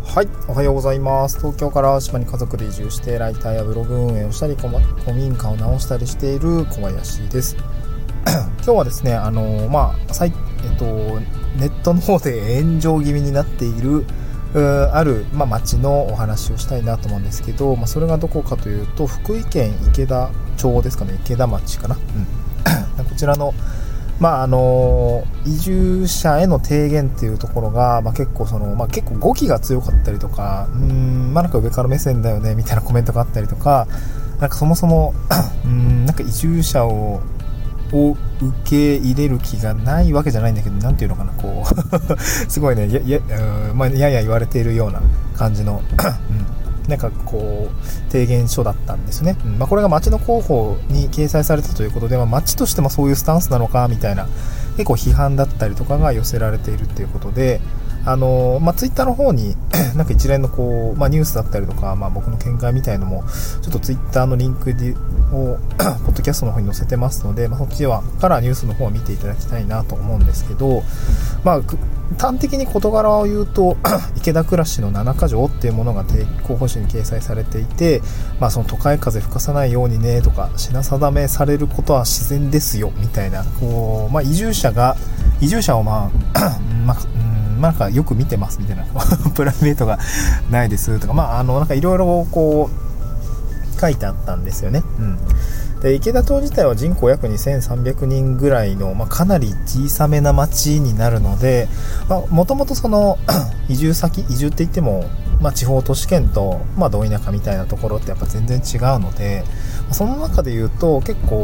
はい、おはようございます。東京から島に家族で移住してライターやブログ運営をしたり、古民家を直したりしている小林です。今日はですね、ネットの方で炎上気味になっているある、町のお話をしたいなと思うんですけど、それがどこかというと福井県池田町ですかね、池田町かな、こちらの移住者への提言っていうところが、結構語気が強かったりとか、なんか上から目線だよねみたいなコメントがあったりとか、なんかそもそもなんか移住者を受け入れる気がないわけじゃないんだけど、なんていうのかな、こうすごいね、やや言われているような感じのなんかこう提言書だったんですね。これが町の広報に掲載されたということで、町としてもそういうスタンスなのかみたいな結構批判だったりとかが寄せられているということで、ツイッターの方になんか一連のこう、ニュースだったりとか、僕の見解みたいのもちょっとツイッターのリンクをポッドキャストの方に載せてますので、そっちからニュースの方を見ていただきたいなと思うんですけど、端的に事柄を言うと池田暮らしの7か条っていうものが広報誌に掲載されていて、その都会風吹かさないようにねとか、品定めされることは自然ですよみたいな、こう、移住者をなんかよく見てますみたいなプライベートがないですとか、なんかいろいろこう書いてあったんですよね。で、池田町自体は人口約2300人ぐらいの、かなり小さめな町になるので、もともとその移住って言っても、地方都市圏と、ど田舎みたいなところってやっぱ全然違うので、その中で言うと結構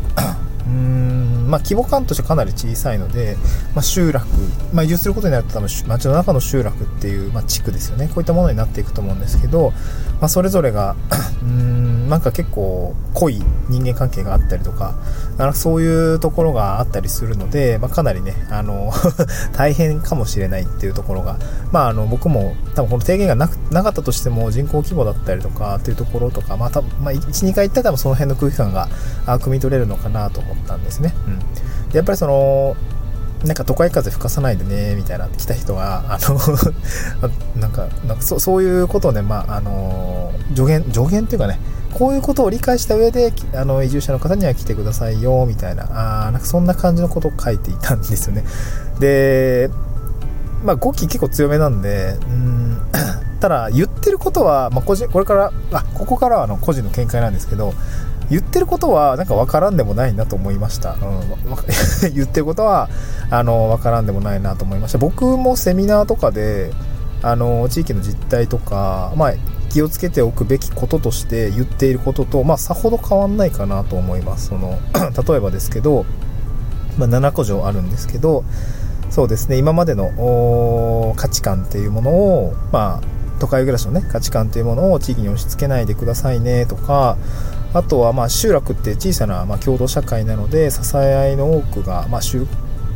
規模感としてかなり小さいので、集落、移住することになると多分町の中の集落っていう、地区ですよね、こういったものになっていくと思うんですけど、それぞれがなんか結構濃い人間関係があったりとか、そういうところがあったりするので、かなりね大変かもしれないっていうところが、僕も多分この提言がなかったとしても人口規模だったりとかっていうところとか、1、2回行ったらその辺の空気感が汲み取れるのかなと思ったんですね。でやっぱりなんか都会風吹かさないでねみたいな来た人がなんかそういうことをね、助言っていうかね、こういうことを理解した上で移住者の方には来てくださいよみたいな、なんかそんな感じのことを書いていたんですよね。で、語気結構強めなんで、ただ言ってることは、ここからは個人の見解なんですけど、言ってることはなんか分からんでもないなと思いました。言ってることは分からんでもないなと思いました。僕もセミナーとかで地域の実態とか、気をつけておくべきこととして言っていることと、さほど変わんないかなと思います。例えばですけど、7個条あるんですけど、そうですね、今までの価値観っていうものを、都会暮らしのね価値観というものを地域に押し付けないでくださいねとか、あとは集落って小さな共同社会なので、支え合いの多くが、多くの習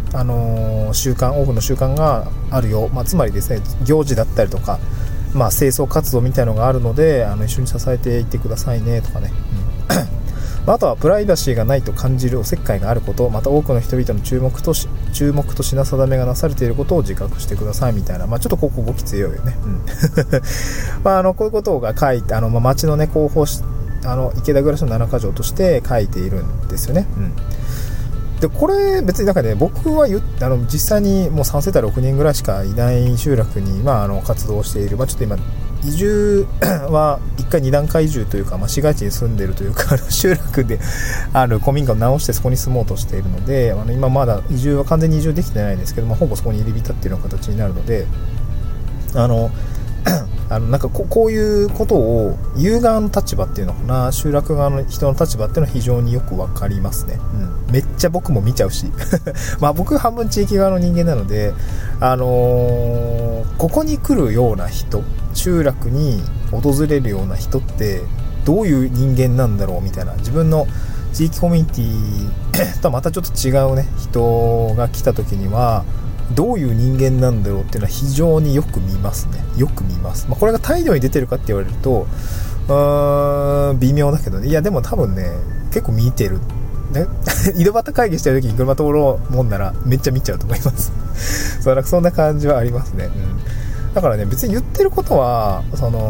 慣があるよ、つまりですね、行事だったりとか、清掃活動みたいのがあるので一緒に支えていってくださいねとかね、あとはプライバシーがないと感じるおせっかいがあること、また多くの人々の注目と品定めがなされていることを自覚してくださいみたいな、ちょっとここ語気強いよね。こういうことが書いて町のね広報池田暮らしの7か条として書いているんですよね。でこれ別になんかね、僕は実際にもう3世帯6人ぐらいしかいない集落に、活動している、ちょっと今移住は1回2段階移住というか、市街地に住んでいるというか集落である古民家を直してそこに住もうとしているので、今まだ完全に移住できてないんですけど、ほぼそこに入り浸っているような形になるので、なんかこういうことを言う側の立場っていうのかな、集落側の人の立場っていうのは非常によくわかりますね。めっちゃ僕も見ちゃうし僕半分地域側の人間なので、ここに来るような人、集落に訪れるような人ってどういう人間なんだろうみたいな、自分の地域コミュニティとはまたちょっと違うね人が来た時にはどういう人間なんだろうっていうのは非常によく見ますね。よく見ます。これが態度に出てるかって言われると微妙だけどね。いやでも多分ね、結構見てるね井戸端会議してる時に車通ろうもんならめっちゃ見ちゃうと思いますそんな感じはありますね。 だからね、別に言ってることは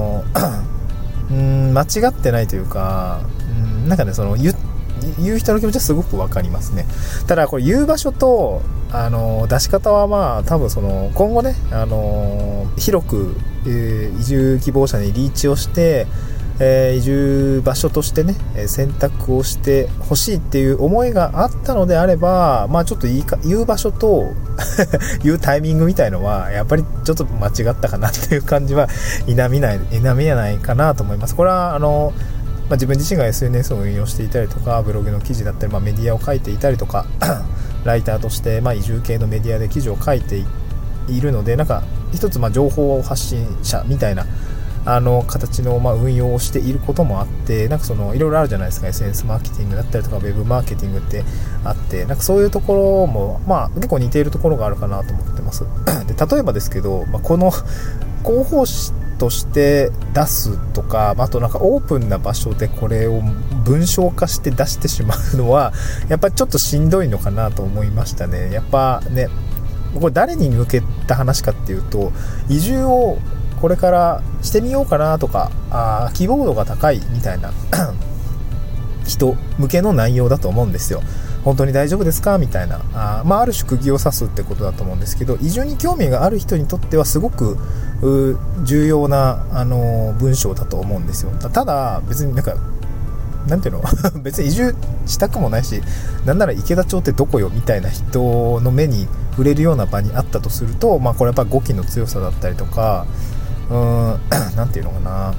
間違ってないというか、なんかね、言う人の気持ちはすごくわかりますね。ただこれ言う場所と出し方はまあ多分今後ね、広く、移住希望者にリーチをして、移住場所としてね選択をしてほしいっていう思いがあったのであれば、まあちょっと言う場所と言うタイミングみたいのはやっぱりちょっと間違ったかなっていう感じは否めないかなと思います。これは自分自身が SNS を運用していたりとか、ブログの記事だったり、メディアを書いていたりとかライターとして、移住系のメディアで記事を書いているので、なんか一つ情報発信者みたいな形の運用をしていることもあって、なんかいろいろあるじゃないですか。 SNS マーケティングだったりとかウェブマーケティングってあって、なんかそういうところも結構似ているところがあるかなと思ってます。で、例えばですけど、この広報誌として出すとか、あとなんかオープンな場所でこれを文章化して出してしまうのはやっぱりちょっとしんどいのかなと思いましたね。やっぱね、これ誰に向けた話かっていうと、移住をこれからしてみようかなとか、希望度が高いみたいな人向けの内容だと思うんですよ。本当に大丈夫ですかみたいな、ある種釘を刺すってことだと思うんですけど、移住に興味がある人にとってはすごく重要な文章だと思うんですよ。ただ別になんていうの別に移住したくもないし、なんなら池田町ってどこよみたいな人の目に触れるような場にあったとすると、これやっぱ語気の強さだったりとか、なんていうのかな、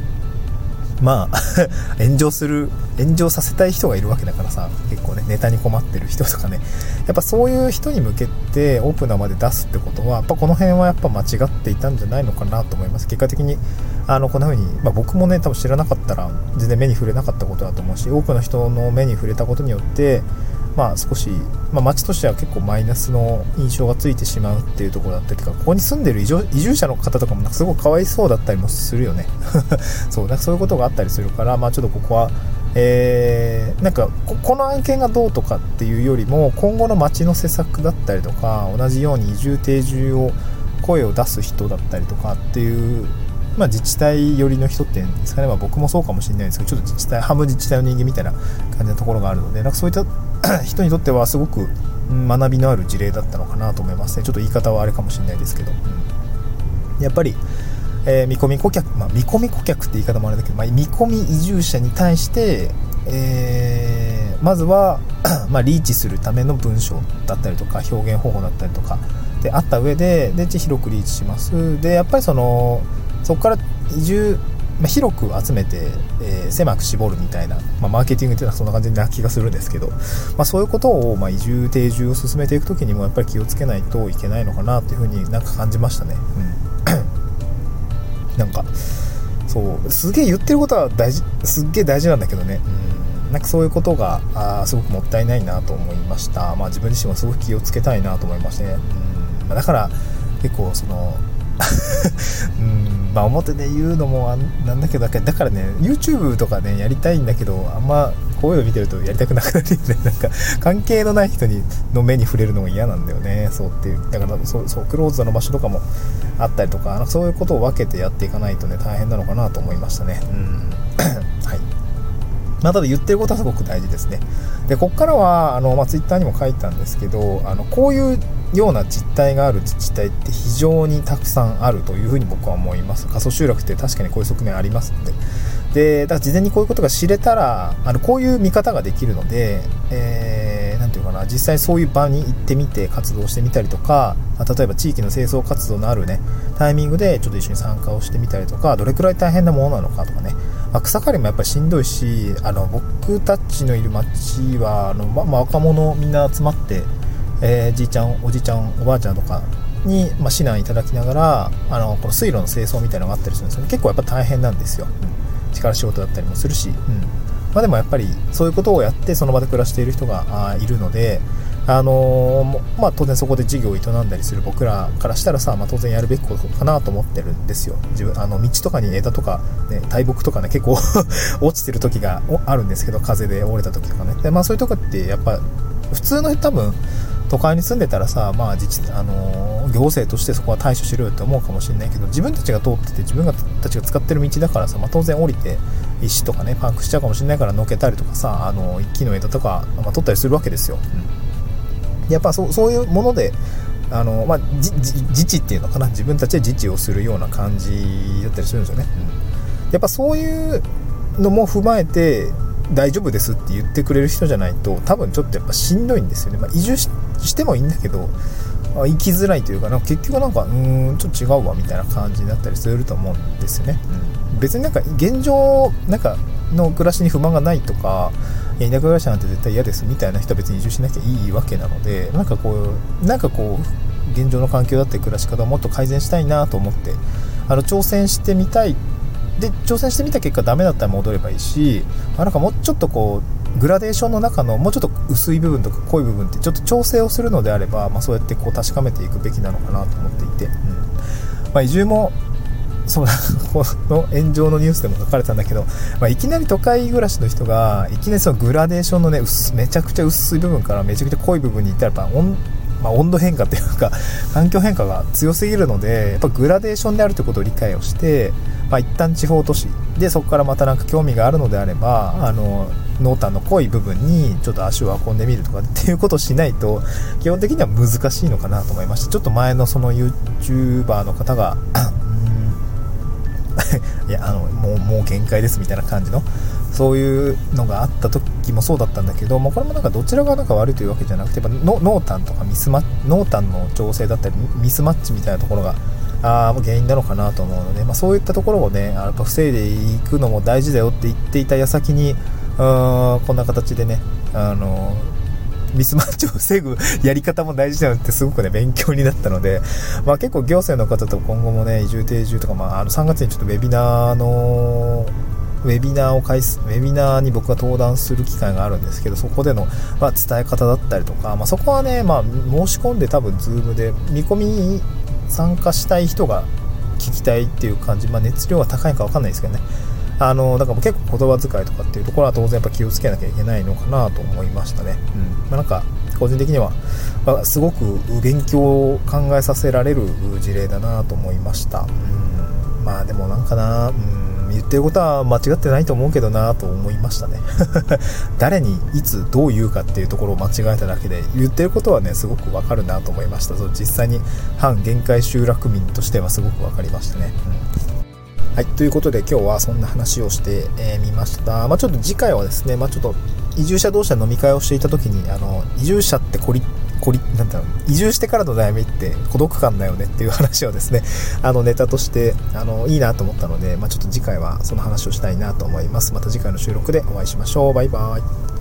炎上させたい人がいるわけだからさ、結構ね、ネタに困ってる人とかね、やっぱそういう人に向けてオープンな場で出すってことは、やっぱこの辺はやっぱ間違っていたんじゃないのかなと思います。結果的にこんな風に、僕もね多分知らなかったら全然目に触れなかったことだと思うし、多くの人の目に触れたことによって少し、町としては結構マイナスの印象がついてしまうっていうところだったりとか、ここに住んでる移住者の方とかもすごくかわいそうだったりもするよねそういうことがあったりするから、ちょっとここは、この案件がどうとかっていうよりも、今後の町の施策だったりとか、同じように移住定住を声を出す人だったりとかっていう、自治体寄りの人っていうんですかね、僕もそうかもしれないですけど、ちょっと半分自治体の人間みたいな感じのところがあるので、そういった人にとってはすごく学びのある事例だったのかなと思いますね。ちょっと言い方はあれかもしれないですけど、やっぱり、見込み顧客、見込み顧客って言い方もあれだけど、見込み移住者に対して、まずはリーチするための文章だったりとか表現方法だったりとかであった上で、広くリーチします。でやっぱりそこから移住、広く集めて、狭く絞るみたいな、マーケティングっていうのはそんな感じな気がするんですけど、そういうことを、移住定住を進めていくときにもやっぱり気をつけないといけないのかなというふうに感じましたね。そうすげえ言ってることはすっげえ大事なんだけどね、そういうことがすごくもったいないなと思いました。自分自身もすごく気をつけたいなと思いましてね。だから結構表で言うのもなんだけど、だからね YouTube とかねやりたいんだけど、あんまこういうの見てるとやりたくなくなるよね。関係のない人の目に触れるのも嫌なんだよね。そうっていう、だからそうクローズドの場所とかもあったりとか、そういうことを分けてやっていかないとね大変なのかなと思いましたね。はい。ただ言ってることはすごく大事ですね。でここからはツイッターにも書いたんですけど、こういうような実態がある自治体って非常にたくさんあるというふうに僕は思います。過疎集落って確かにこういう側面ありますので、だから事前にこういうことが知れたらこういう見方ができるので、なんていうかな、実際そういう場に行ってみて活動してみたりとか、例えば地域の清掃活動のあるねタイミングでちょっと一緒に参加をしてみたりとか、どれくらい大変なものなのかとかね、草刈りもやっぱりしんどいし、僕たちのいる町は若者みんな集まって、じいちゃんおじいちゃんおばあちゃんとかに、指南いただきながらこの水路の清掃みたいなのがあったりするんですよね。結構やっぱ大変なんですよ、力仕事だったりもするし、でもやっぱりそういうことをやってその場で暮らしている人がいるので、当然そこで事業を営んだりする僕らからしたらさ、当然やるべきことかなと思ってるんですよ。自分道とかに枝とか、ね、大木とかね結構落ちてる時があるんですけど、風で折れた時とかね。でそういうとこってやっぱ普通の多分都会に住んでたらさ、まあ行政としてそこは対処しろよって思うかもしれないけど、自分たちが通ってて自分たちが使ってる道だからさ、まあ、当然降りて石とかねパンクしちゃうかもしれないからのけたりとかさ、木の枝とか、まあ、取ったりするわけですよ、やっぱそういうものでまあ、自治っていうのかな、自分たちで自治をするような感じだったりするんですよね、やっぱそういうのも踏まえて大丈夫ですって言ってくれる人じゃないと多分ちょっとやっぱしんどいんですよね、まあ、移住してもいいんだけど生きづらいというか、結局なんかちょっと違うわみたいな感じになったりすると思うんですよね、別になんか現状なんかの暮らしに不満がないとか、田舎暮らしなんて絶対嫌ですみたいな人は別に移住しなきゃいいわけなので、なんかこう現状の環境だったり暮らし方をもっと改善したいなと思って挑戦してみたい。で挑戦してみた結果ダメだったら戻ればいいし、なんかもうちょっとこうグラデーションの中のもうちょっと薄い部分とか濃い部分ってちょっと調整をするのであれば、まあ、そうやってこう確かめていくべきなのかなと思っていて、まあ、移住もそうこの炎上のニュースでも書かれたんだけど、まあ、いきなり都会暮らしの人がいきなりそのグラデーションのねめちゃくちゃ薄い部分からめちゃくちゃ濃い部分にいったらやっぱ温度変化というか環境変化が強すぎるので、やっぱグラデーションであるということを理解をして、まあ、一旦地方都市でそこからまたなんか興味があるのであれば濃淡の濃い部分にちょっと足を運んでみるとかっていうことをしないと基本的には難しいのかなと思いました。ちょっと前のその YouTuber の方がいやもう限界ですみたいな感じのそういうのがあった時もそうだったんだけど、これもなんかどちらがなんか悪いというわけじゃなくて、やっぱ濃淡とか濃淡の調整だったりミスマッチみたいなところが原因なのかなと思うので、そういったところをねやっぱ防いでいくのも大事だよって言っていた矢先にこんな形でねミスマッチを防ぐやり方も大事だよってすごくね勉強になったので、結構行政の方と今後もね移住定住とか、3月にちょっとウェビナーに僕が登壇する機会があるんですけど、そこでの、伝え方だったりとか、そこはね、申し込んで多分 Zoom で見込みに参加したい人が聞きたいっていう感じ、熱量が高いか分かんないですけどね、だからもう結構言葉遣いとかっていうところは当然やっぱ気をつけなきゃいけないのかなと思いましたね。なんか個人的には、すごく勉強を考えさせられる事例だなと思いました。でもなんかな、言ってることは間違ってないと思うけどなと思いましたね誰にいつどう言うかっていうところを間違えただけで言ってることはねすごくわかるなと思いました。実際に反限界集落民としてはすごくわかりましたね。はい、ということで今日はそんな話をしてみました。ちょっと次回はですね、ちょっと移住者同士で飲み会をしていた時に移住者って移住してからの悩みって孤独感だよねっていう話をですねネタとしていいなと思ったので、ちょっと次回はその話をしたいなと思います。また次回の収録でお会いしましょう。バイバイ。